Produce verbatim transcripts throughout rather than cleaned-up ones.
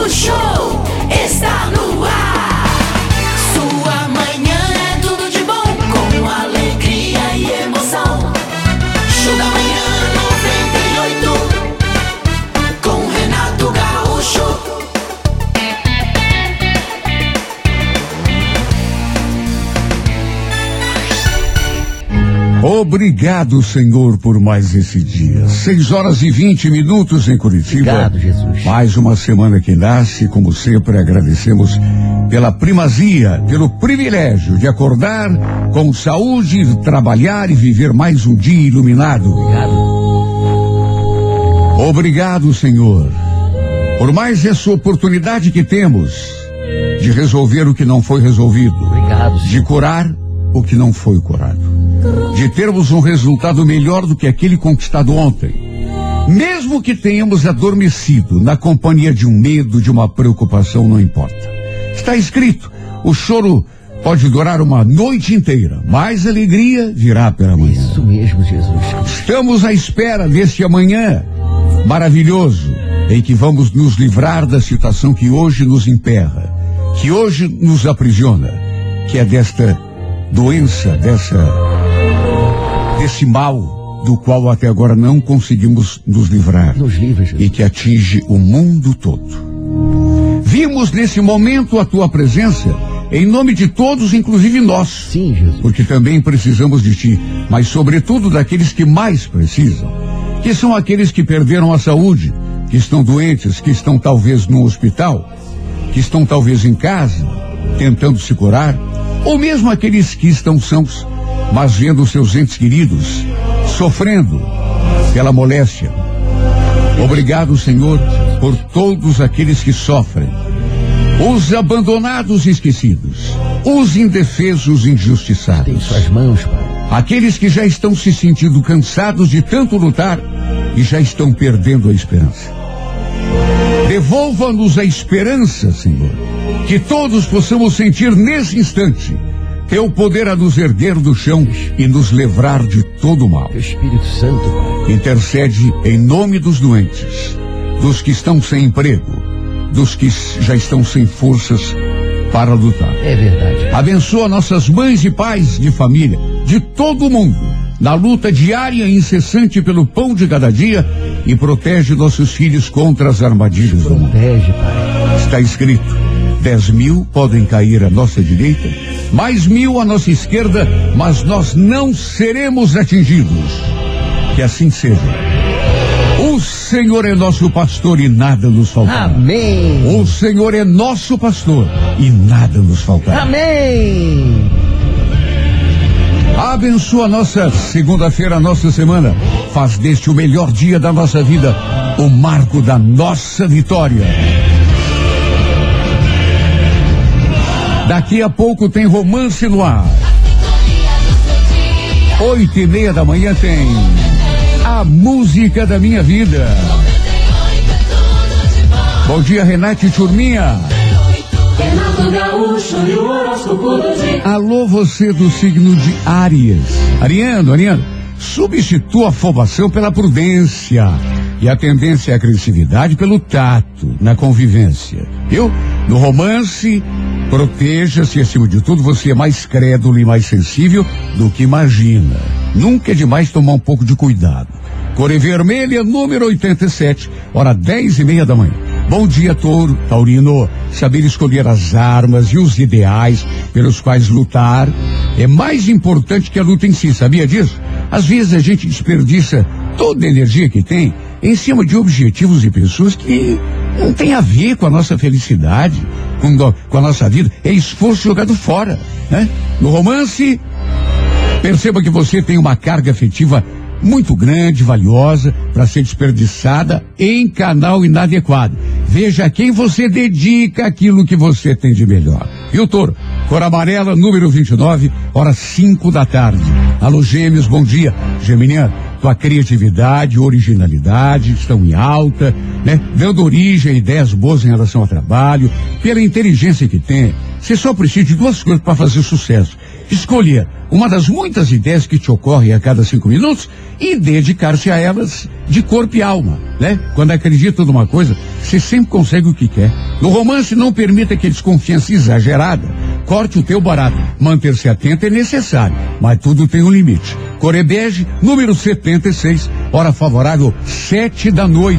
O show está no ar. Sua manhã é tudo de bom, com alegria e emoção. Show da manhã noventa e oito, com Renato Gaúcho. Obrigado, Senhor, por mais esse dia. Seis horas e vinte minutos em Curitiba. Obrigado, Jesus. Mais uma semana que nasce, como sempre, agradecemos pela primazia, pelo privilégio de acordar com saúde, trabalhar e viver mais um dia iluminado. Obrigado. Obrigado, Senhor, por mais essa oportunidade que temos de resolver o que não foi resolvido. Obrigado, Senhor. De curar o que não foi curado. De termos um resultado melhor do que aquele conquistado ontem. Mesmo que tenhamos adormecido na companhia de um medo, de uma preocupação, não importa. Está escrito, o choro pode durar uma noite inteira, mas a alegria virá pela manhã. Isso mesmo, Jesus. Estamos à espera deste amanhã maravilhoso, em que vamos nos livrar da situação que hoje nos emperra, que hoje nos aprisiona, que é desta doença, dessa... desse mal do qual até agora não conseguimos nos livrar. Nos livra, Jesus. E que atinge o mundo todo. Vimos nesse momento a tua presença em nome de todos, inclusive nós. Sim, Jesus. Porque também precisamos de ti, mas sobretudo daqueles que mais precisam, que são aqueles que perderam a saúde, que estão doentes, que estão talvez no hospital, que estão talvez em casa, tentando se curar, ou mesmo aqueles que estão sãos, mas vendo seus entes queridos sofrendo pela moléstia. Obrigado, Senhor, por todos aqueles que sofrem, os abandonados e esquecidos, os indefesos e injustiçados. Tem suas mãos, Pai. Aqueles que já estão se sentindo cansados de tanto lutar e já estão perdendo a esperança. Devolva-nos a esperança, Senhor, que todos possamos sentir nesse instante teu poder a nos erguer do chão e nos livrar de todo o mal. Teu Espírito Santo, Pai. Intercede em nome dos doentes, dos que estão sem emprego, dos que já estão sem forças para lutar. É verdade. Abençoa nossas mães e pais de família, de todo o mundo, na luta diária e incessante pelo pão de cada dia, e protege nossos filhos contra as armadilhas do mundo. Protege, Pai. Está escrito, dez mil podem cair à nossa direita, mais mil à nossa esquerda, mas nós não seremos atingidos. Que assim seja. O Senhor é nosso pastor e nada nos faltará. Amém. O Senhor é nosso pastor e nada nos faltará. Amém. Abençoa a nossa segunda-feira, a nossa semana. Faz deste o melhor dia da nossa vida, o marco da nossa vitória. Daqui a pouco tem Romance no Ar. Oito e meia da manhã tem A Música da Minha Vida. Bom dia, Renate Turminha. Renato Gaúcho e o horóscopo do dia. Alô, você do signo de Áries. Ariano, Ariano, substitua a afobação pela prudência e a tendência à agressividade pelo tato na convivência. Viu? No romance, proteja-se, acima de tudo, você é mais crédulo e mais sensível do que imagina. Nunca é demais tomar um pouco de cuidado. Cor vermelha, número oitenta e sete, hora dez e meia da manhã. Bom dia, Touro, Taurino. Saber escolher as armas e os ideais pelos quais lutar é mais importante que a luta em si, sabia disso? Às vezes a gente desperdiça toda a energia que tem em cima de objetivos e pessoas que não tem a ver com a nossa felicidade, com, com a nossa vida. É esforço jogado fora, né? No romance, perceba que você tem uma carga afetiva muito grande, valiosa, para ser desperdiçada em canal inadequado. Veja a quem você dedica aquilo que você tem de melhor. E o Touro, cor amarela, número vinte e nove, hora cinco da tarde. Alô, Gêmeos, bom dia. Geminiano, tua criatividade, originalidade estão em alta, né? Dando origem a ideias boas em relação ao trabalho, pela inteligência que tem. Você só precisa de duas coisas para fazer sucesso: escolher uma das muitas ideias que te ocorrem a cada cinco minutos e dedicar-se a elas de corpo e alma, né? Quando acredita numa coisa, você sempre consegue o que quer. No romance, não permita que a desconfiança exagerada corte o teu barato. Manter-se atento é necessário, mas tudo tem um limite. Corebege, número setenta e seis, hora favorável, sete da noite.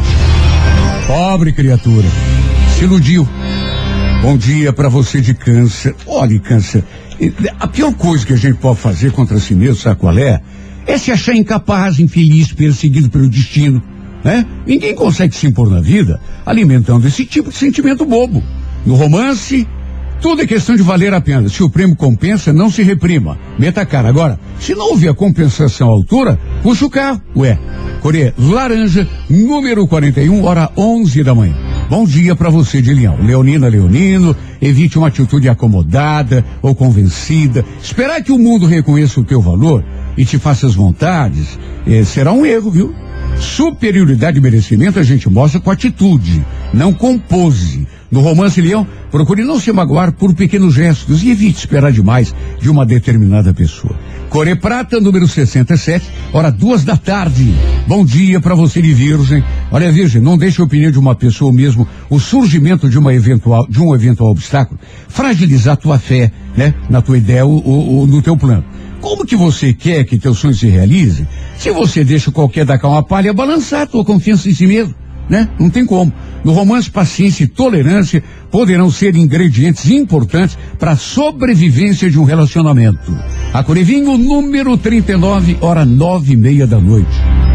Pobre criatura, se iludiu. Bom dia para você de Câncer. Olha, Câncer, a pior coisa que a gente pode fazer contra si mesmo, sabe qual é? É se achar incapaz, infeliz, perseguido pelo destino, né? Ninguém consegue se impor na vida alimentando esse tipo de sentimento bobo. No romance, tudo é questão de valer a pena. Se o prêmio compensa, não se reprima. Meta a cara. Agora, se não houver compensação à altura, puxa o carro. Ué, Corê, laranja, número quarenta e um, hora onze da manhã. Bom dia para você de Leão. Leonina, Leonino, evite uma atitude acomodada ou convencida. Esperar que o mundo reconheça o teu valor e te faça as vontades, eh, será um erro, viu? Superioridade e merecimento a gente mostra com atitude, não com pose. No romance, Leão, procure não se magoar por pequenos gestos e evite esperar demais de uma determinada pessoa. Corê Prata, número sessenta e sete, hora duas da tarde. Bom dia para você de Virgem. Olha, Virgem, não deixe a opinião de uma pessoa ou mesmo o surgimento de uma eventual, de um eventual obstáculo fragilizar tua fé, né, na tua ideia ou, ou, ou no teu plano. Como que você quer que teu sonho se realize se você deixa qualquer dacar uma palha balançar a tua confiança em si mesmo, né? Não tem como. No romance, paciência e tolerância poderão ser ingredientes importantes para a sobrevivência de um relacionamento. A Corevinho, número trinta e nove, hora nove e meia da noite.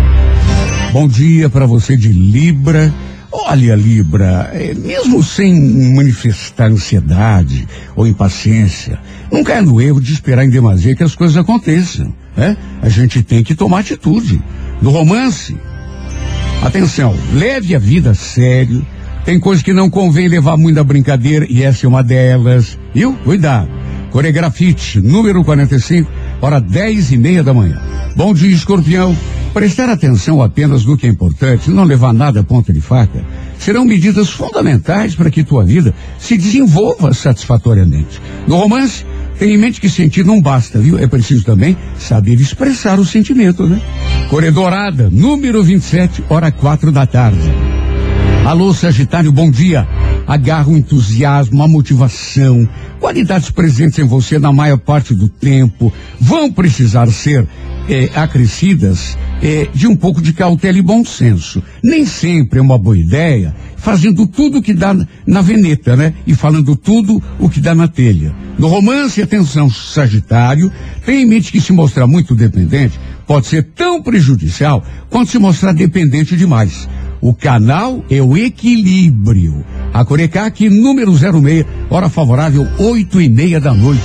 Bom dia para você de Libra. Olha, Libra, é, mesmo sem manifestar ansiedade ou impaciência, não caia no erro de esperar em demasia que as coisas aconteçam, né? A gente tem que tomar atitude. No romance, atenção, leve a vida a sério. Tem coisas que não convém levar muito a brincadeira e essa é uma delas, viu? Cuidado. Coregrafite, número quarenta e cinco, hora dez e meia da manhã. Bom dia, Escorpião. Prestar atenção apenas no que é importante, não levar nada a ponta de faca, serão medidas fundamentais para que tua vida se desenvolva satisfatoriamente. No romance, tenha em mente que sentir não basta, viu? É preciso também saber expressar o sentimento, né? Coré Dourada, número vinte e sete, hora quatro da tarde. Alô, Sagitário, bom dia. Agarra o entusiasmo, a motivação, qualidades presentes em você na maior parte do tempo, vão precisar ser é, acrescidas é, de um pouco de cautela e bom senso. Nem sempre é uma boa ideia fazendo tudo o que dá na veneta, né? E falando tudo o que dá na telha. No romance, atenção, Sagitário, tem em mente que se mostrar muito dependente pode ser tão prejudicial quanto se mostrar dependente demais. O canal é o equilíbrio. A Corecac, número zero seis, hora favorável, oito e meia da noite.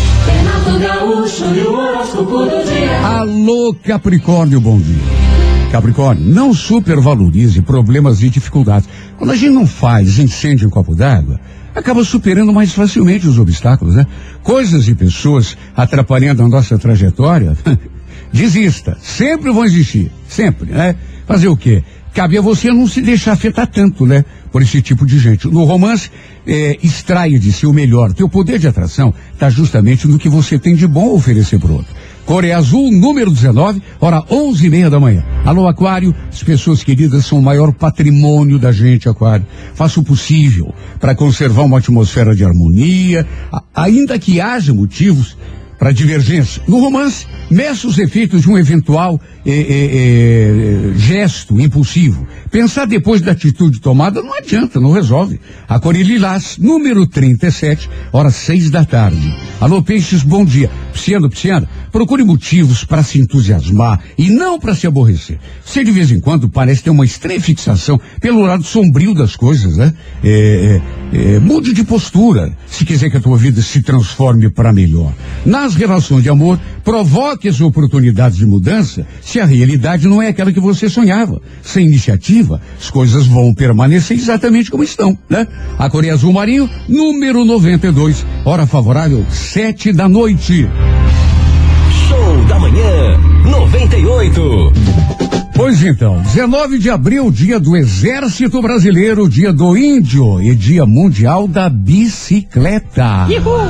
Alô, Capricórnio, bom dia. Capricórnio, não supervalorize problemas e dificuldades. Quando a gente não faz incêndio em copo d'água, acaba superando mais facilmente os obstáculos, né? Coisas e pessoas atrapalhando a nossa trajetória, desista. Sempre vão existir. Sempre, né? Fazer o quê? Cabe a você não se deixar afetar tanto, né? Por esse tipo de gente. No romance, é, extraia de si o melhor. Teu poder de atração está justamente no que você tem de bom a oferecer pro outro. Cor Azul, número dezenove, hora onze e meia da manhã. Alô, Aquário, as pessoas queridas são o maior patrimônio da gente, Aquário. Faça o possível para conservar uma atmosfera de harmonia, a, ainda que haja motivos para divergência. No romance, meça os efeitos de um eventual eh, eh, eh, gesto impulsivo. Pensar depois da atitude tomada não adianta, não resolve. A Cor Lilás, número trinta e sete, horas seis da tarde. Alô, Peixes, bom dia. Pisciano, Pisciano, procure motivos para se entusiasmar e não para se aborrecer. Você de vez em quando parece ter uma estranha fixação pelo lado sombrio das coisas, né? É, é, é, mude de postura, se quiser que a tua vida se transforme para melhor. Nas relações de amor, provoque as oportunidades de mudança se a realidade não é aquela que você sonhava. Sem iniciativa, as coisas vão permanecer exatamente como estão, né? A Cor Azul Marinho, número noventa e dois, hora favorável, sete da noite. Show da manhã, noventa e oito. Pois então, dezenove de abril, dia do Exército Brasileiro, dia do Índio e dia mundial da bicicleta.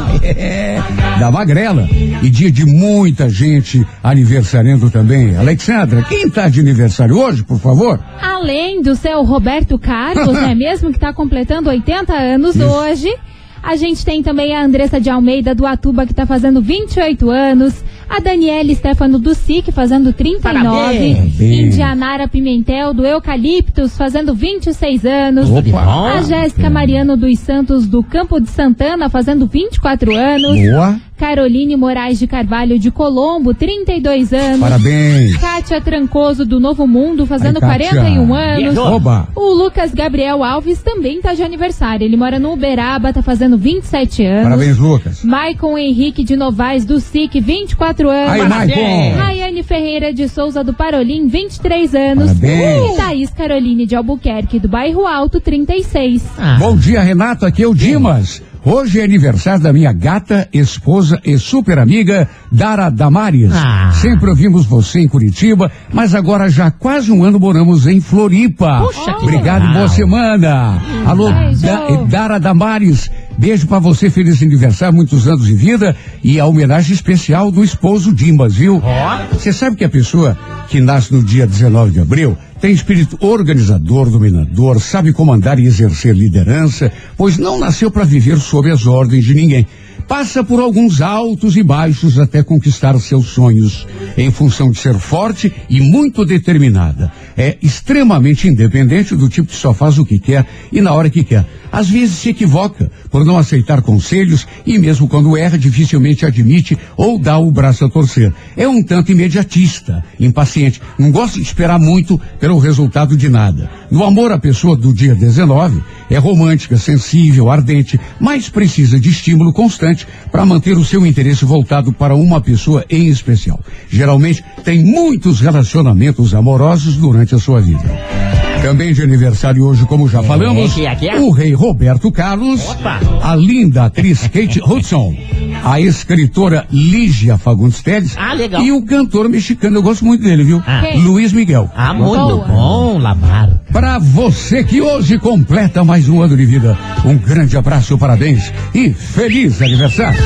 É, da magrela. E dia de muita gente aniversariando também. Alexandra, quem tá de aniversário hoje, por favor? Além do seu Roberto Carlos, né, mesmo que tá completando oitenta anos Isso. hoje. A gente tem também a Andressa de Almeida do Atuba, que está fazendo vinte e oito anos. A Daniela Stefano do S I C, fazendo trinta e nove. Parabéns. Indianara Pimentel do Eucaliptus, fazendo vinte e seis anos. Opa. A Jéssica Mariano dos Santos do Campo de Santana, fazendo vinte e quatro anos. Boa. Caroline Moraes de Carvalho de Colombo, trinta e dois anos. Parabéns. Kátia Trancoso do Novo Mundo, fazendo Ai, quarenta e um anos. Oba. O Lucas Gabriel Alves também tá de aniversário. Ele mora no Uberaba, tá fazendo vinte e sete anos. Parabéns, Lucas. Maicon Henrique de Novaes do S I C, vinte e quatro anos. Ai, Maicon. Rayane Ferreira de Souza do Parolim, vinte e três anos. Parabéns. E Thaís Caroline de Albuquerque do Bairro Alto, trinta e seis. Ah. Bom dia, Renato, aqui é o Dimas. Hoje é aniversário da minha gata, esposa e super amiga, Dara Damares. Ah. Sempre ouvimos você em Curitiba, mas agora já há quase um ano moramos em Floripa. Puxa, que Obrigado e boa semana. Hum, Alô, da, Dara Damares. Beijo pra você, feliz aniversário, muitos anos de vida e a homenagem especial do esposo Dimas, viu? Você oh. sabe que a pessoa que nasce no dia dezenove de abril tem espírito organizador, dominador, sabe comandar e exercer liderança, pois não nasceu para viver sob as ordens de ninguém. Passa por alguns altos e baixos até conquistar seus sonhos, em função de ser forte e muito determinada. É extremamente independente, do tipo que só faz o que quer e na hora que quer. Às vezes se equivoca por não aceitar conselhos e mesmo quando erra, dificilmente admite ou dá o braço a torcer. É um tanto imediatista, impaciente, não gosta de esperar muito pelo resultado de nada. No amor, a pessoa do dia dezenove é romântica, sensível, ardente, mas precisa de estímulo constante para manter o seu interesse voltado para uma pessoa em especial. Geralmente tem muitos relacionamentos amorosos durante a sua vida. Também de aniversário hoje, como já falamos, é, é, é. o rei Roberto Carlos, Opa. a linda atriz Kate Hudson, a escritora Lígia Fagundes Telles ah, legal. e o cantor mexicano, eu gosto muito dele, viu? Ah. Luiz Miguel. Ah, muito Boa. bom, Lamar. Para você que hoje completa mais um ano de vida, um grande abraço, parabéns e feliz aniversário.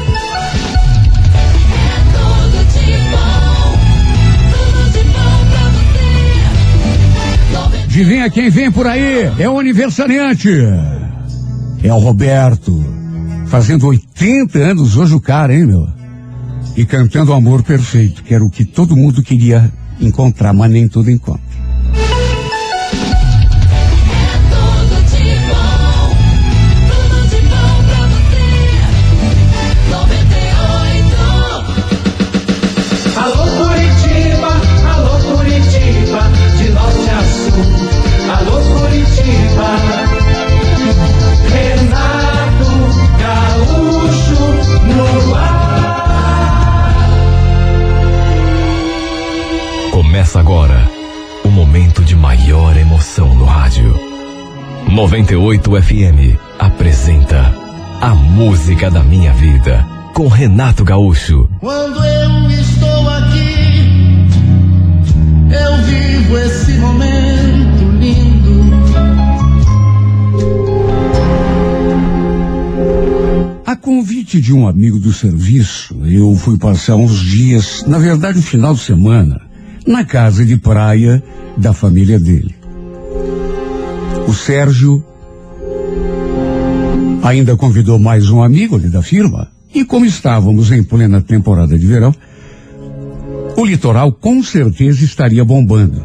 Adivinha quem vem por aí? É o aniversariante. É o Roberto. Fazendo oitenta anos hoje o cara, hein, meu? E cantando Amor Perfeito, que era o que todo mundo queria encontrar, mas nem tudo encontra. Começa agora o momento de maior emoção no rádio. noventa e oito F M apresenta A Música da Minha Vida com Renato Gaúcho. Quando eu estou aqui, eu vivo esse momento lindo. A convite de um amigo do serviço, eu fui passar uns dias, na verdade, um final de semana, na casa de praia da família dele. O Sérgio ainda convidou mais um amigo ali da firma, e como estávamos em plena temporada de verão, o litoral com certeza estaria bombando.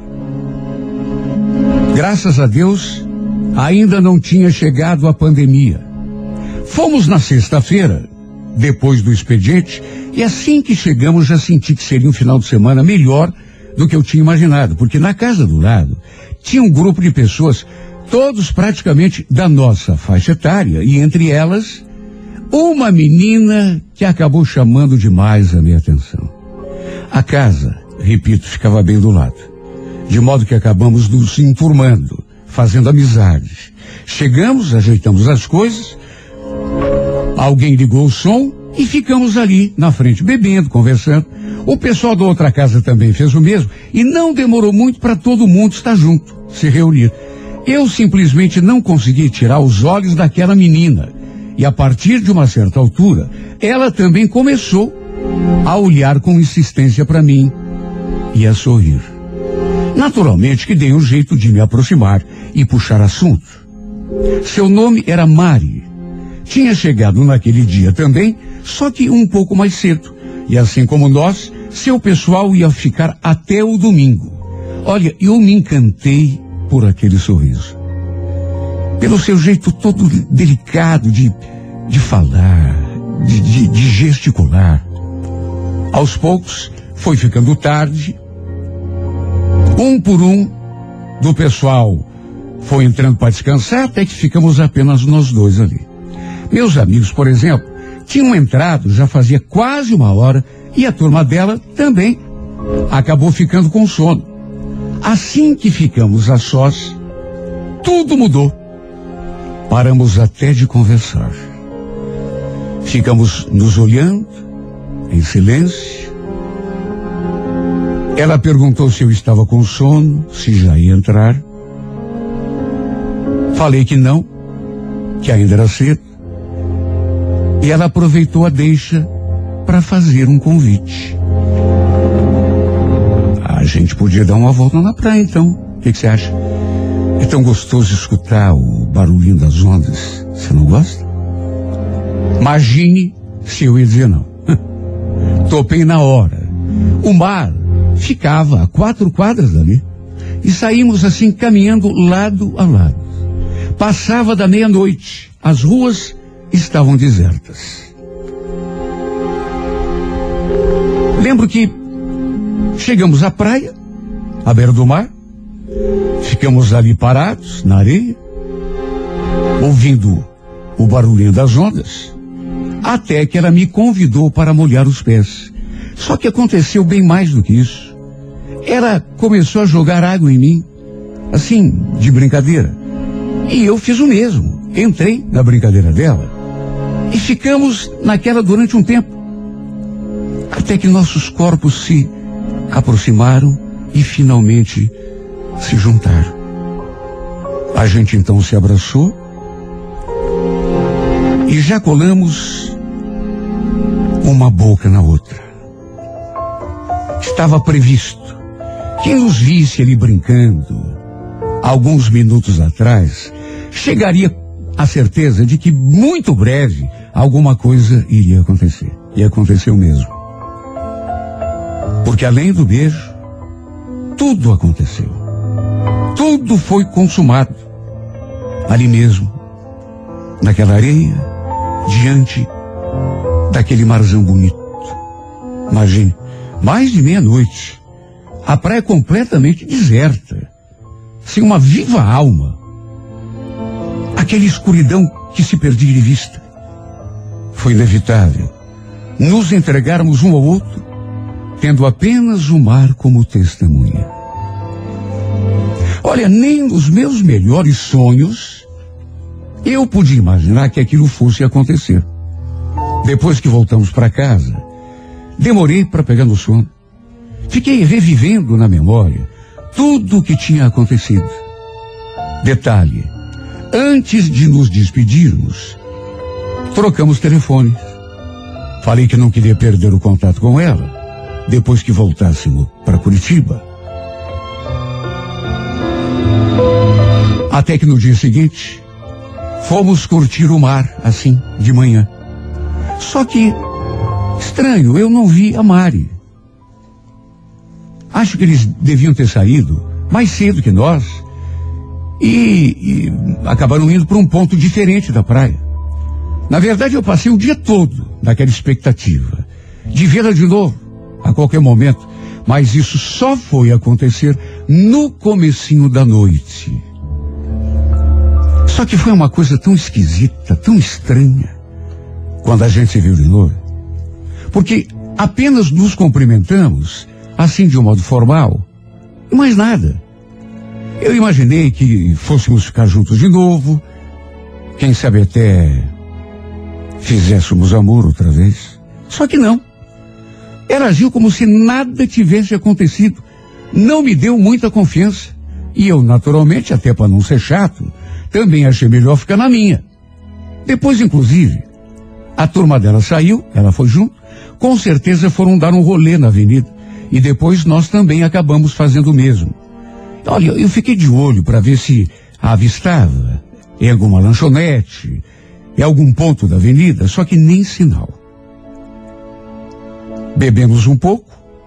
Graças a Deus, ainda não tinha chegado a pandemia. Fomos na sexta-feira, depois do expediente, e assim que chegamos já senti que seria um final de semana melhor do que eu tinha imaginado, porque na casa do lado tinha um grupo de pessoas, todos praticamente da nossa faixa etária, e entre elas, uma menina que acabou chamando demais a minha atenção. A casa, repito, ficava bem do lado, de modo que acabamos nos enturmando, fazendo amizades. Chegamos, ajeitamos as coisas, alguém ligou o som e ficamos ali na frente, bebendo, conversando. O pessoal da outra casa também fez o mesmo e não demorou muito para todo mundo estar junto, se reunir. Eu simplesmente não consegui tirar os olhos daquela menina. E a partir de uma certa altura, ela também começou a olhar com insistência para mim e a sorrir. Naturalmente que dei um jeito de me aproximar e puxar assunto. Seu nome era Mari. Tinha chegado naquele dia também, só que um pouco mais cedo. E assim como nós, seu pessoal ia ficar até o domingo. Olha, eu me encantei por aquele sorriso. Pelo seu jeito todo delicado de, de falar, de, de, de gesticular. Aos poucos, foi ficando tarde. Um por um do pessoal foi entrando para descansar, até que ficamos apenas nós dois ali. Meus amigos, por exemplo, tinham entrado já fazia quase uma hora e a turma dela também acabou ficando com sono. Assim que ficamos a sós, tudo mudou. Paramos até de conversar. Ficamos nos olhando, em silêncio. Ela perguntou se eu estava com sono, se já ia entrar. Falei que não, que ainda era cedo. E ela aproveitou a deixa para fazer um convite. A gente podia dar uma volta na praia, então. O que você acha? É tão gostoso escutar o barulhinho das ondas. Você não gosta? Imagine se eu ia dizer não. Topei na hora. O mar ficava a quatro quadras dali. E saímos assim caminhando lado a lado. Passava da meia-noite. As ruas estavam desertas. Lembro que chegamos à praia, à beira do mar. Ficamos ali parados, na areia, ouvindo o barulhinho das ondas, até que ela me convidou para molhar os pés. Só que aconteceu bem mais do que isso. Ela começou a jogar água em mim, assim, de brincadeira. E eu fiz o mesmo. Entrei na brincadeira dela. E ficamos naquela durante um tempo. Até que nossos corpos se aproximaram e finalmente se juntaram. A gente então se abraçou e já colamos uma boca na outra. Estava previsto. Quem nos visse ali brincando alguns minutos atrás chegaria à certeza de que muito breve alguma coisa iria acontecer. E aconteceu mesmo. Porque além do beijo, tudo aconteceu. Tudo foi consumado. Ali mesmo, naquela areia, diante daquele marzão bonito. Imagine, mais de meia-noite, a praia completamente deserta, sem uma viva alma. Aquela escuridão que se perdia de vista. Foi inevitável nos entregarmos um ao outro, tendo apenas o mar como testemunha. Olha, nem nos meus melhores sonhos eu podia imaginar que aquilo fosse acontecer. Depois que voltamos para casa, demorei para pegar no sono. Fiquei revivendo na memória tudo o que tinha acontecido. Detalhe, antes de nos despedirmos, trocamos telefones. Falei que não queria perder o contato com ela depois que voltássemos para Curitiba. Até que no dia seguinte, fomos curtir o mar, assim, de manhã. Só que, estranho, eu não vi a Mari. Acho que eles deviam ter saído mais cedo que nós e, e acabaram indo para um ponto diferente da praia. Na verdade, eu passei o dia todo naquela expectativa de vê-la de novo, a qualquer momento, mas isso só foi acontecer no comecinho da noite. Só que foi uma coisa tão esquisita, tão estranha, quando a gente se viu de novo. Porque apenas nos cumprimentamos, assim de um modo formal, e mais nada. Eu imaginei que fôssemos ficar juntos de novo, quem sabe até fizéssemos amor outra vez. Só que não. Ela agiu como se nada tivesse acontecido. Não me deu muita confiança. E eu, naturalmente, até para não ser chato, também achei melhor ficar na minha. Depois, inclusive, a turma dela saiu, ela foi junto, com certeza foram dar um rolê na avenida. E depois nós também acabamos fazendo o mesmo. Olha, eu fiquei de olho para ver se a avistava em alguma lanchonete, em algum ponto da avenida, só que nem sinal. Bebemos um pouco,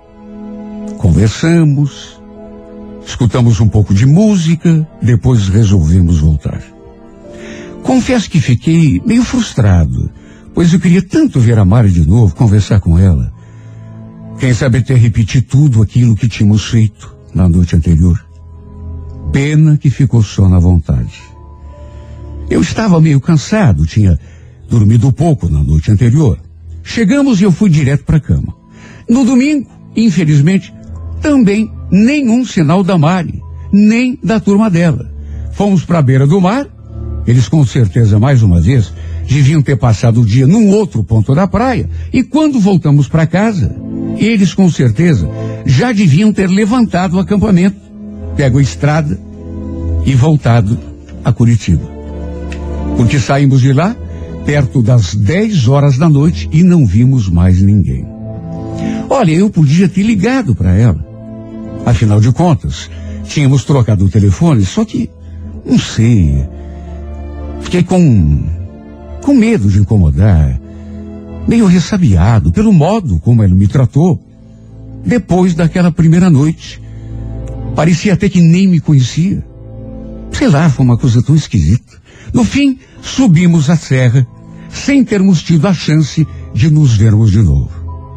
conversamos, escutamos um pouco de música, depois resolvemos voltar. Confesso que fiquei meio frustrado, pois eu queria tanto ver a Mari de novo, conversar com ela. Quem sabe até repetir tudo aquilo que tínhamos feito na noite anterior. Pena que ficou só na vontade. Eu estava meio cansado, tinha dormido pouco na noite anterior. Chegamos e eu fui direto para a cama. No domingo, infelizmente, também nenhum sinal da Mari, nem da turma dela. Fomos para a beira do mar. Eles com certeza, mais uma vez, deviam ter passado o dia num outro ponto da praia. E quando voltamos para casa, eles com certeza já deviam ter levantado o acampamento, pego a estrada e voltado a Curitiba. Porque saímos de lá perto das dez horas da noite e não vimos mais ninguém. Olha, eu podia ter ligado para ela. Afinal de contas, tínhamos trocado o telefone, só que, não sei, fiquei com, com medo de incomodar, meio ressabiado pelo modo como ela me tratou. Depois daquela primeira noite, parecia até que nem me conhecia. Sei lá, foi uma coisa tão esquisita. No fim, subimos a serra, sem termos tido a chance de nos vermos de novo.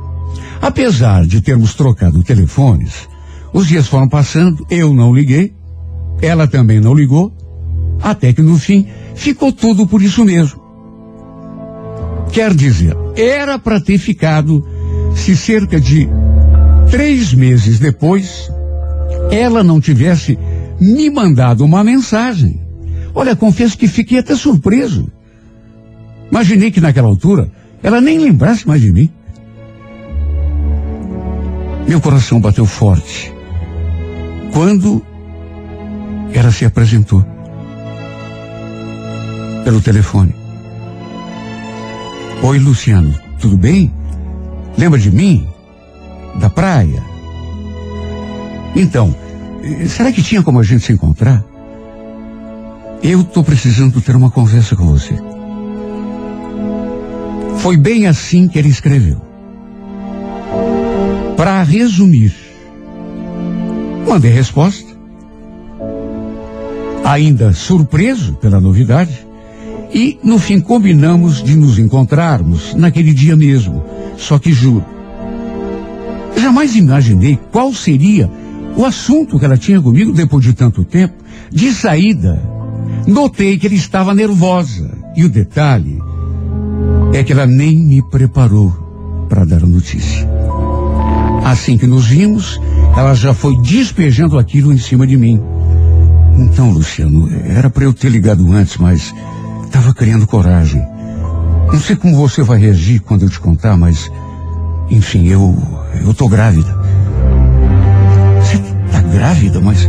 Apesar de termos trocado telefones, os dias foram passando, eu não liguei, ela também não ligou, até que no fim ficou tudo por isso mesmo. Quer dizer, era para ter ficado se cerca de três meses depois ela não tivesse me mandado uma mensagem. Olha, confesso que fiquei até surpreso. Imaginei que naquela altura ela nem lembrasse mais de mim. Meu coração bateu forte quando ela se apresentou pelo telefone. Oi, Luciano, tudo bem? Lembra de mim? Da praia? Então, será que tinha como a gente se encontrar? Eu estou precisando ter uma conversa com você. Foi bem assim que ele escreveu. Para resumir, mandei resposta, ainda surpreso pela novidade, e no fim combinamos de nos encontrarmos naquele dia mesmo. Só que juro, jamais imaginei qual seria o assunto que ela tinha comigo depois de tanto tempo. De saída, notei que ela estava nervosa. E o detalhe é que ela nem me preparou para dar a notícia. Assim que nos vimos, ela já foi despejando aquilo em cima de mim. Então, Luciano, era para eu ter ligado antes, mas estava criando coragem. Não sei como você vai reagir quando eu te contar, mas, enfim, eu, eu tô grávida. Você tá grávida, mas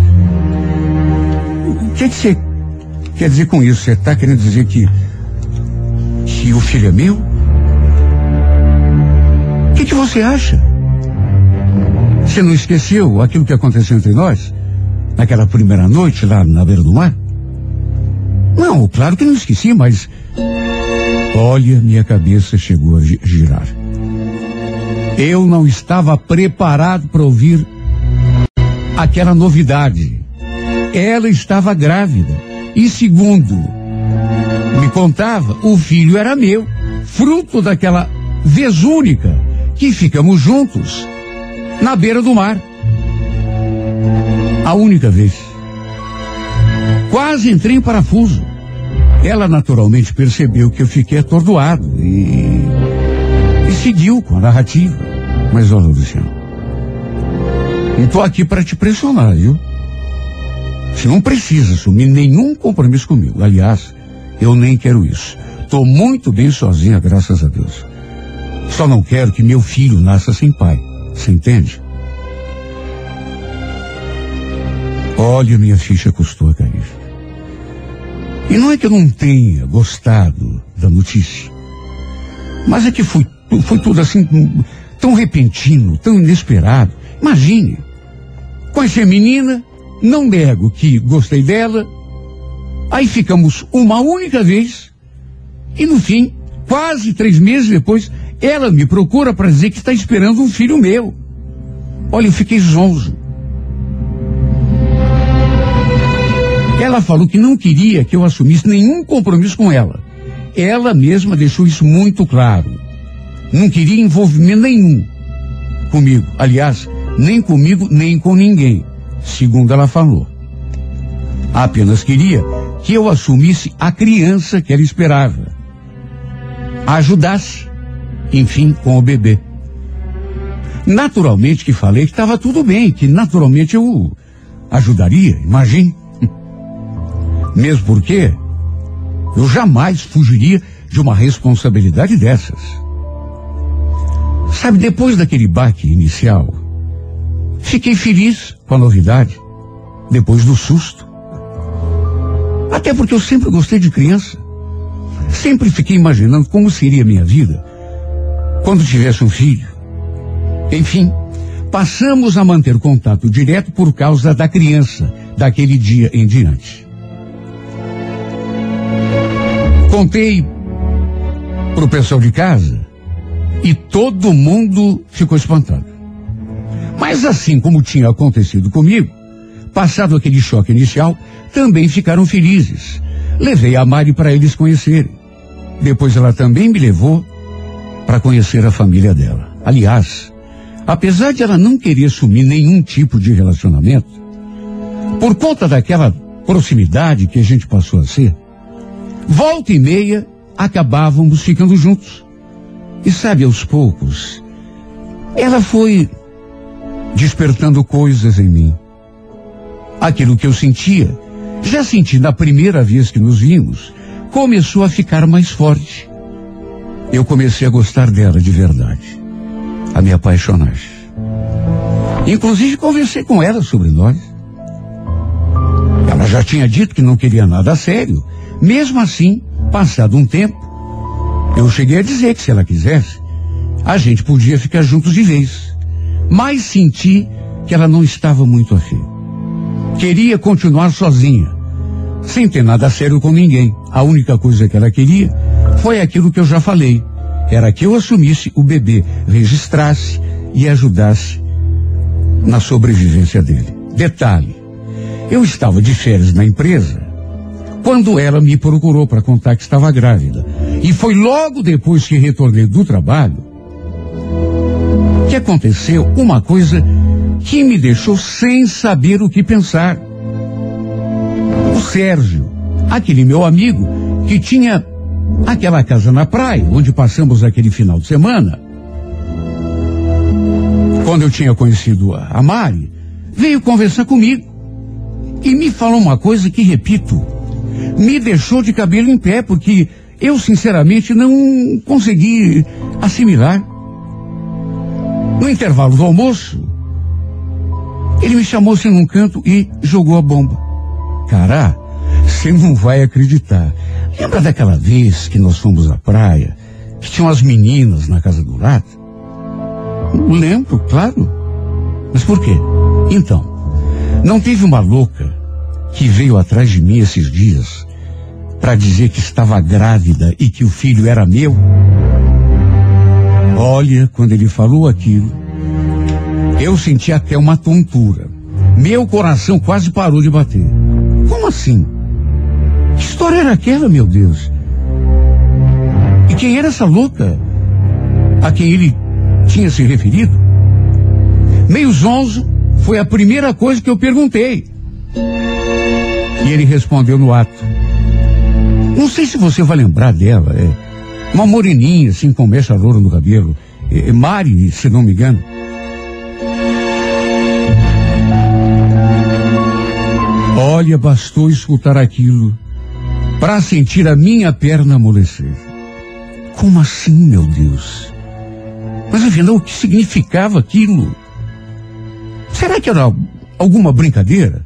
o que é que você quer dizer com isso? Você tá querendo dizer que que o filho é meu? O que que você acha? Você não esqueceu aquilo que aconteceu entre nós? Naquela primeira noite lá na beira do mar? Não, claro que não esqueci, mas olha, minha cabeça chegou a girar. Eu não estava preparado para ouvir aquela novidade. Ela estava grávida. E segundo me contava, o filho era meu, fruto daquela vez única que ficamos juntos na beira do mar. A única vez. Quase entrei em parafuso. Ela naturalmente percebeu que eu fiquei atordoado e, e seguiu com a narrativa. Mas olha, Luciano, não estou aqui para te pressionar, viu? Você não precisa assumir nenhum compromisso comigo. Aliás, eu nem quero isso. Estou muito bem sozinha, graças a Deus. Só não quero que meu filho nasça sem pai. Você entende? Olha, minha ficha custou a cair. E não é que eu não tenha gostado da notícia, mas é que foi, foi tudo assim, tão repentino, tão inesperado. Imagine, conheci a menina, não nego que gostei dela, aí ficamos uma única vez, e no fim, quase três meses depois, ela me procura para dizer que está esperando um filho meu. Olha, eu fiquei zonzo. Ela falou que não queria que eu assumisse nenhum compromisso com ela. Ela mesma deixou isso muito claro. Não queria envolvimento nenhum comigo. Aliás, nem comigo, nem com ninguém, segundo ela falou. Apenas queria que eu assumisse a criança que ela esperava. Ajudasse, enfim, com o bebê. Naturalmente que falei que estava tudo bem, que naturalmente eu ajudaria, imagine. Mesmo porque eu jamais fugiria de uma responsabilidade dessas. Sabe, depois daquele baque inicial, fiquei feliz com a novidade, depois do susto. Até porque eu sempre gostei de criança. Sempre fiquei imaginando como seria a minha vida quando tivesse um filho. Enfim, passamos a manter contato direto por causa da criança, daquele dia em diante. Contei pro pessoal de casa e todo mundo ficou espantado. Mas assim como tinha acontecido comigo, passado aquele choque inicial, também ficaram felizes. Levei a Mari para eles conhecerem. Depois ela também me levou para conhecer a família dela. Aliás, apesar de ela não querer assumir nenhum tipo de relacionamento, por conta daquela proximidade que a gente passou a ser, volta e meia, acabávamos ficando juntos. E sabe, aos poucos, ela foi despertando coisas em mim. Aquilo que eu sentia, já senti na primeira vez que nos vimos, começou a ficar mais forte. Eu comecei a gostar dela de verdade, a me apaixonar. Inclusive conversei com ela sobre nós. Ela já tinha dito que não queria nada sério. Mesmo assim, passado um tempo, eu cheguei a dizer que se ela quisesse, a gente podia ficar juntos de vez. Mas senti que ela não estava muito afim. Queria continuar sozinha, sem ter nada sério com ninguém. A única coisa que ela queria foi aquilo que eu já falei. Era que eu assumisse o bebê, registrasse e ajudasse na sobrevivência dele. Detalhe, eu estava de férias na empresa quando ela me procurou para contar que estava grávida. E foi logo depois que retornei do trabalho que aconteceu uma coisa que me deixou sem saber o que pensar. O Sérgio, aquele meu amigo que tinha aquela casa na praia, onde passamos aquele final de semana, quando eu tinha conhecido a Mari, veio conversar comigo e me falou uma coisa que, repito, me deixou de cabelo em pé, porque eu sinceramente não consegui assimilar. No intervalo do almoço, ele me chamou assim num canto e jogou a bomba. Cara, você não vai acreditar. Lembra daquela vez que nós fomos à praia, que tinham as meninas na casa do lado? Lembro, claro. Mas por quê? Então, não teve uma louca que veio atrás de mim esses dias para dizer que estava grávida e que o filho era meu? Olha, quando ele falou aquilo, eu senti até uma tontura. Meu coração quase parou de bater. Como assim? Que história era aquela, meu Deus? E quem era essa louca a quem ele tinha se referido? Meio zonzo, foi a primeira coisa que eu perguntei. E ele respondeu no ato. Não sei se você vai lembrar dela, é uma moreninha, assim, com mecha loura no cabelo. É, é Mari, se não me engano. Olha, bastou escutar aquilo para sentir a minha perna amolecer. Como assim, meu Deus? Mas afinal, o que significava aquilo? Será que era alguma brincadeira?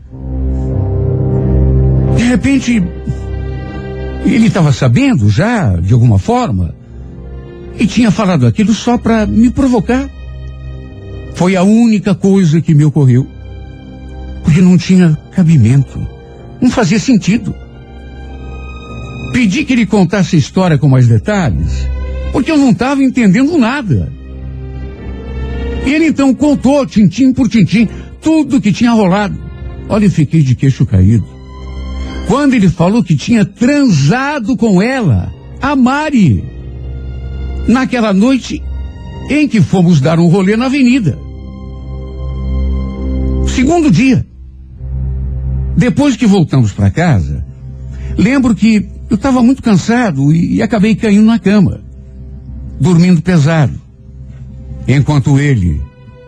De repente, ele estava sabendo já, de alguma forma, e tinha falado aquilo só para me provocar. Foi a única coisa que me ocorreu. Porque não tinha cabimento. Não fazia sentido. Pedi que ele contasse a história com mais detalhes, porque eu não estava entendendo nada. E ele então contou, tintim por tintim, tudo que tinha rolado. Olha, eu fiquei de queixo caído. Quando ele falou que tinha transado com ela, a Mari, naquela noite em que fomos dar um rolê na avenida. Segundo dia. Depois que voltamos para casa, lembro que eu estava muito cansado e, e acabei caindo na cama, dormindo pesado, enquanto ele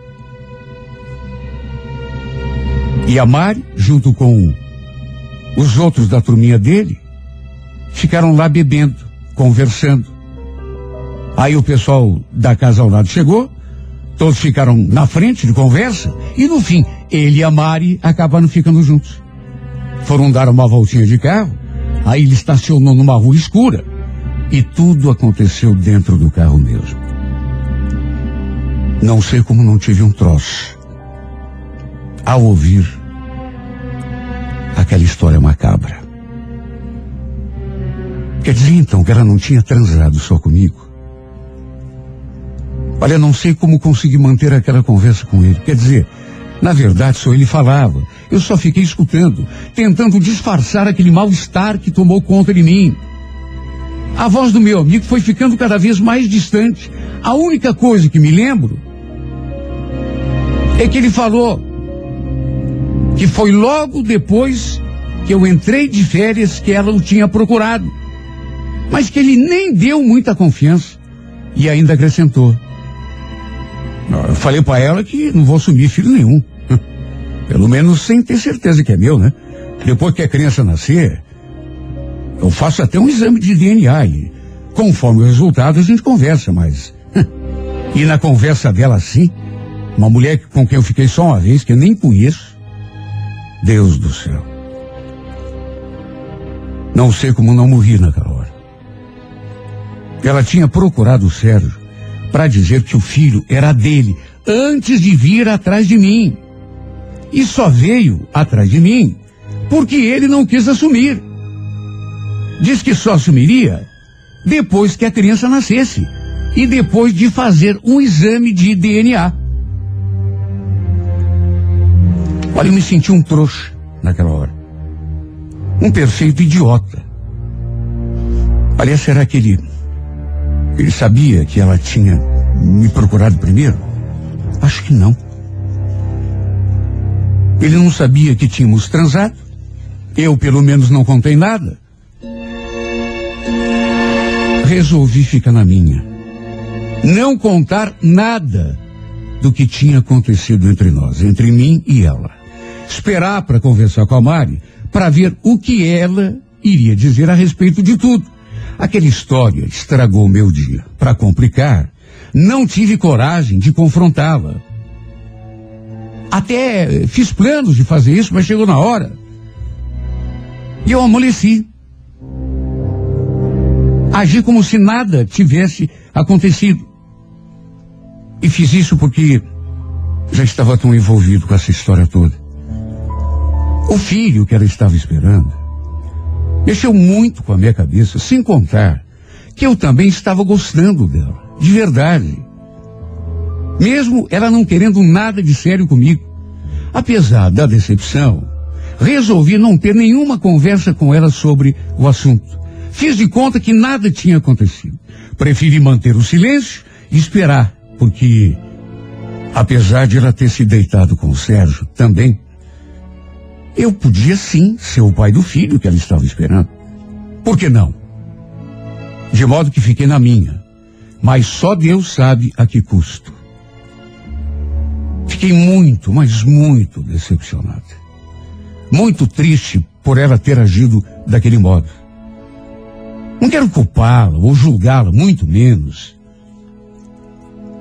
e a Mari, junto com os outros da turminha dele, ficaram lá bebendo, conversando. Aí o pessoal da casa ao lado chegou, todos ficaram na frente de conversa, e no fim, ele e a Mari acabaram ficando juntos. Foram dar uma voltinha de carro, aí ele estacionou numa rua escura, e tudo aconteceu dentro do carro mesmo. Não sei como não tive um troço ao ouvir aquela história macabra. Quer dizer então que ela não tinha transado só comigo? Olha, não sei como consegui manter aquela conversa com ele. Quer dizer, na verdade só ele falava. Eu só fiquei escutando, tentando disfarçar aquele mal-estar que tomou conta de mim. A voz do meu amigo foi ficando cada vez mais distante. A única coisa que me lembro é que ele falou que foi logo depois que eu entrei de férias que ela o tinha procurado. Mas que ele nem deu muita confiança. E ainda acrescentou: eu falei pra ela que não vou assumir filho nenhum. Pelo menos sem ter certeza que é meu, né? Depois que a criança nascer, eu faço até um exame de D N A e, conforme o resultado, a gente conversa, mas... E na conversa dela assim, uma mulher com quem eu fiquei só uma vez, que eu nem conheço, Deus do céu. Não sei como não morri naquela hora. Ela tinha procurado o Sérgio para dizer que o filho era dele, antes de vir atrás de mim. E só veio atrás de mim porque ele não quis assumir. Diz que só assumiria depois que a criança nascesse e depois de fazer um exame de D N A. Olha, eu me senti um trouxa naquela hora. Um perfeito idiota. Olha, será que ele... Ele sabia que ela tinha me procurado primeiro? Acho que não. Ele não sabia que tínhamos transado. Eu, pelo menos, não contei nada. Resolvi ficar na minha. Não contar nada do que tinha acontecido entre nós, entre mim e ela. Esperar para conversar com a Mari, para ver o que ela iria dizer a respeito de tudo. Aquela história estragou o meu dia. Para complicar, não tive coragem de confrontá-la. Até fiz planos de fazer isso, mas chegou na hora e eu amoleci. Agi como se nada tivesse acontecido. E fiz isso porque já estava tão envolvido com essa história toda. O filho que ela estava esperando mexeu muito com a minha cabeça, sem contar que eu também estava gostando dela, de verdade. Mesmo ela não querendo nada de sério comigo. Apesar da decepção, resolvi não ter nenhuma conversa com ela sobre o assunto. Fiz de conta que nada tinha acontecido. Preferi manter o silêncio e esperar, porque, apesar de ela ter se deitado com o Sérgio também, eu podia sim ser o pai do filho que ela estava esperando. Por que não? De modo que fiquei na minha, mas só Deus sabe a que custo. Fiquei muito, mas muito decepcionado. Muito triste por ela ter agido daquele modo. Não quero culpá-la ou julgá-la, muito menos.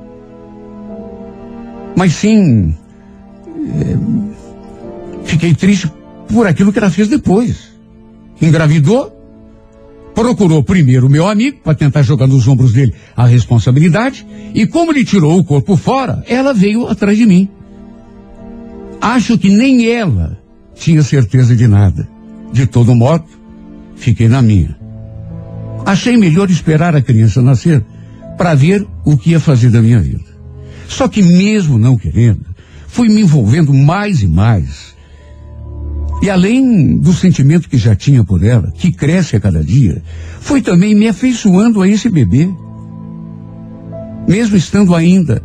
mas sim é, fiquei triste por aquilo que ela fez depois. Engravidou, procurou primeiro o meu amigo para tentar jogar nos ombros dele a responsabilidade, e como ele tirou o corpo fora, ela veio atrás de mim. Acho que nem ela tinha certeza de nada. De todo modo, fiquei na minha. Achei melhor esperar a criança nascer para ver o que ia fazer da minha vida. Só que mesmo não querendo, fui me envolvendo mais e mais. E além do sentimento que já tinha por ela, que cresce a cada dia, fui também me afeiçoando a esse bebê. Mesmo estando ainda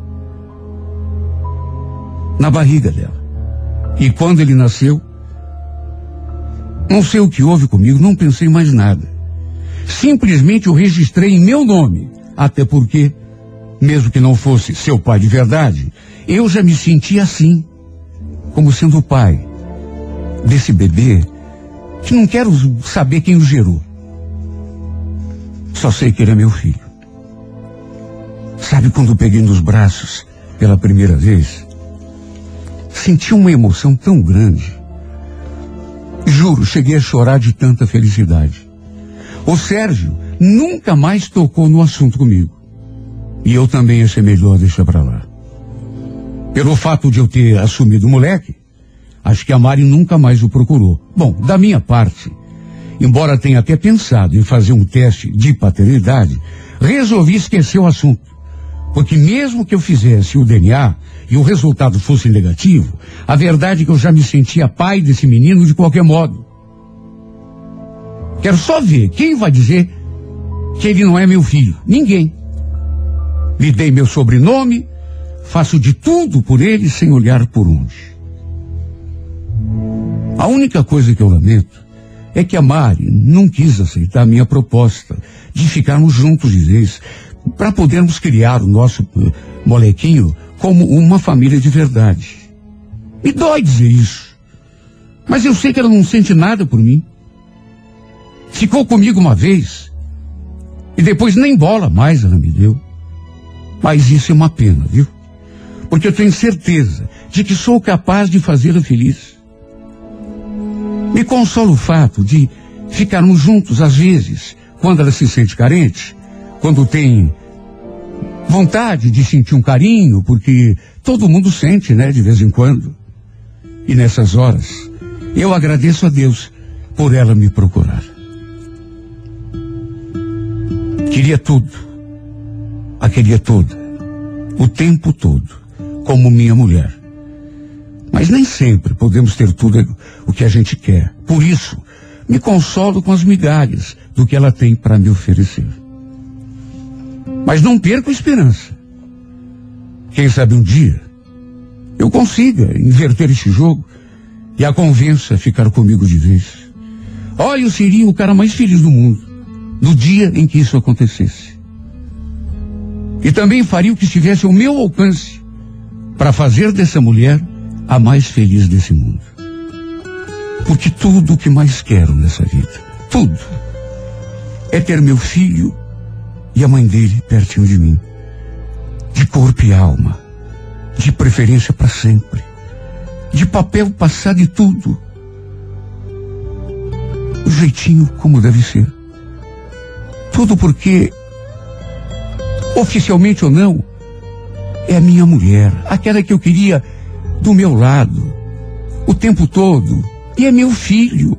na barriga dela. E quando ele nasceu, não sei o que houve comigo, não pensei mais nada. Simplesmente o registrei em meu nome, até porque, mesmo que não fosse seu pai de verdade, eu já me sentia assim, como sendo o pai desse bebê, que não quero saber quem o gerou. Só sei que ele é meu filho. Sabe quando eu peguei nos braços pela primeira vez? Senti uma emoção tão grande. Juro, cheguei a chorar de tanta felicidade. O Sérgio nunca mais tocou no assunto comigo. E eu também achei melhor deixar pra lá. Pelo fato de eu ter assumido o moleque, acho que a Mari nunca mais o procurou. Bom, da minha parte, embora tenha até pensado em fazer um teste de paternidade, resolvi esquecer o assunto. Porque mesmo que eu fizesse o D N A e o resultado fosse negativo, a verdade é que eu já me sentia pai desse menino de qualquer modo. Quero só ver quem vai dizer que ele não é meu filho. Ninguém. Lhe dei meu sobrenome, faço de tudo por ele sem olhar por onde. A única coisa que eu lamento é que a Mari não quis aceitar a minha proposta de ficarmos juntos de vez, para podermos criar o nosso uh, molequinho como uma família de verdade. Me dói dizer isso, mas eu sei que ela não sente nada por mim. Ficou comigo uma vez e depois nem bola mais ela me deu. Mas isso é uma pena, viu? Porque eu tenho certeza de que sou capaz de fazê-la feliz. Me consola o fato de ficarmos juntos às vezes, quando ela se sente carente, quando tem vontade de sentir um carinho, porque todo mundo sente, né, de vez em quando. E nessas horas, eu agradeço a Deus por ela me procurar. Queria tudo, a queria toda, o tempo todo, como minha mulher. Mas nem sempre podemos ter tudo o que a gente quer. Por isso, me consolo com as migalhas do que ela tem para me oferecer. Mas não perco a esperança. Quem sabe um dia eu consiga inverter este jogo e a convença a ficar comigo de vez. Olha, eu seria o cara mais feliz do mundo no dia em que isso acontecesse. E também faria o que estivesse ao meu alcance para fazer dessa mulher a mais feliz desse mundo. Porque tudo o que mais quero nessa vida, tudo, é ter meu filho e a mãe dele pertinho de mim, de corpo e alma, de preferência para sempre, de papel passado e tudo, o jeitinho como deve ser. Tudo porque, oficialmente ou não, é a minha mulher, aquela que eu queria do meu lado, o tempo todo, e é meu filho.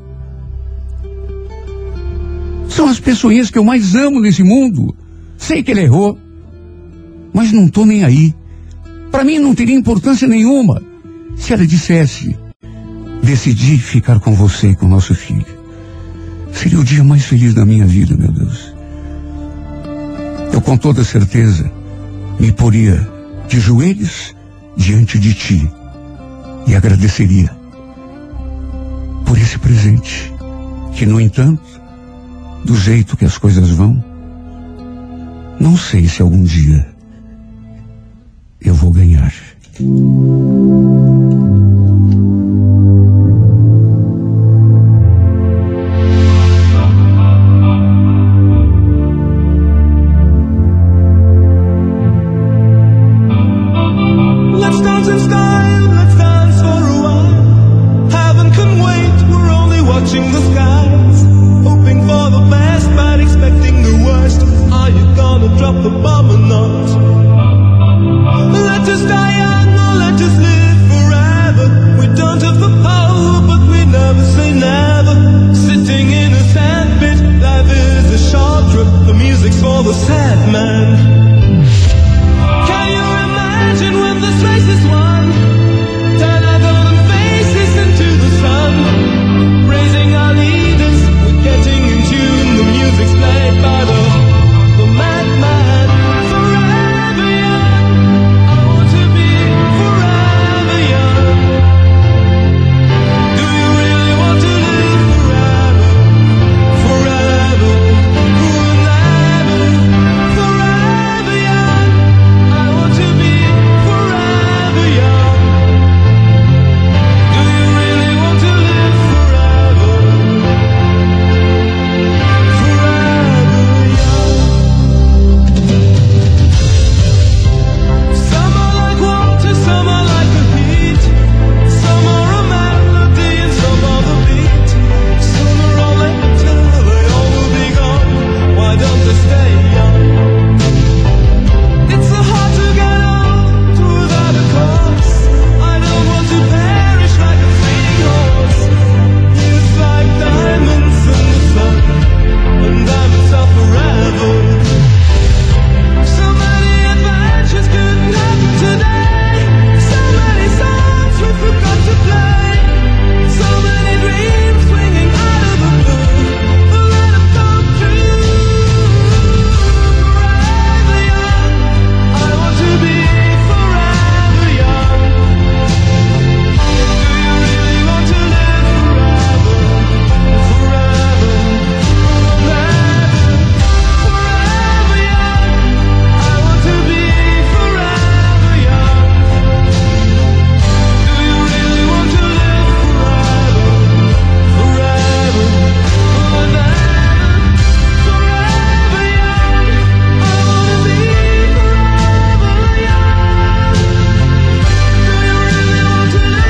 São as pessoinhas que eu mais amo nesse mundo. Sei que ele errou, mas não estou nem aí. Para mim não teria importância nenhuma se ela dissesse: decidi ficar com você e com nosso filho. Seria o dia mais feliz da minha vida, meu Deus. Eu com toda certeza me poria de joelhos diante de ti e agradeceria por esse presente que, no entanto, do jeito que as coisas vão, não sei se algum dia eu vou ganhar. Let's dance for the sad man. Can you imagine when this race is won? Turn our golden faces into the sun, praising our leaders, we're getting in tune. The music's played by the, the madman. Forever young, I want to be forever young. Do you really want to live forever? Forever, forever, forever young. I want to be forever young. Do you really want to live forever? Forever young. Some are like water, some are like the heat. Some are a melody and some are the beat. Sooner or later they all will be gone. Why don't they stay young? It's so hard to get old without a cause. I don't want to perish like a fleeting horse. It's like diamonds in the sun, and diamonds are forever. So many adventures couldn't happen today. So many songs we forgot to play. So many dreams swinging out of the blue. But let them come true. Forever young, I want to be forever young. Do you really want to live forever? Forever, forever, forever young. I want to be forever young. Do you really want to live forever? Forever, forever, forever young. I want to be forever young. Do you really want to live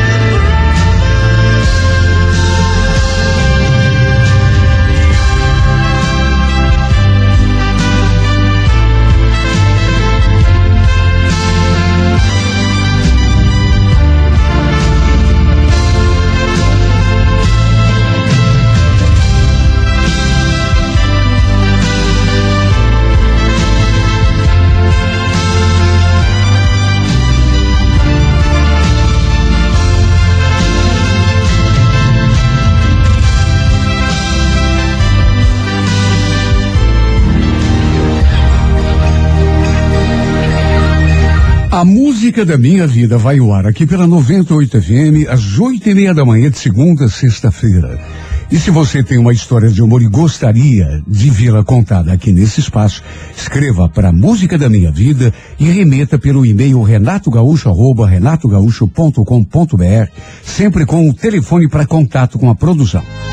A música da minha vida vai ao ar aqui pela noventa e oito F M às oito e meia da manhã de segunda a sexta-feira. E se você tem uma história de amor e gostaria de vê-la contada aqui nesse espaço, escreva para a Música da Minha Vida e remeta pelo e-mail renatogaúcho arroba renatogaúcho ponto com ponto br, sempre com o telefone para contato com a produção.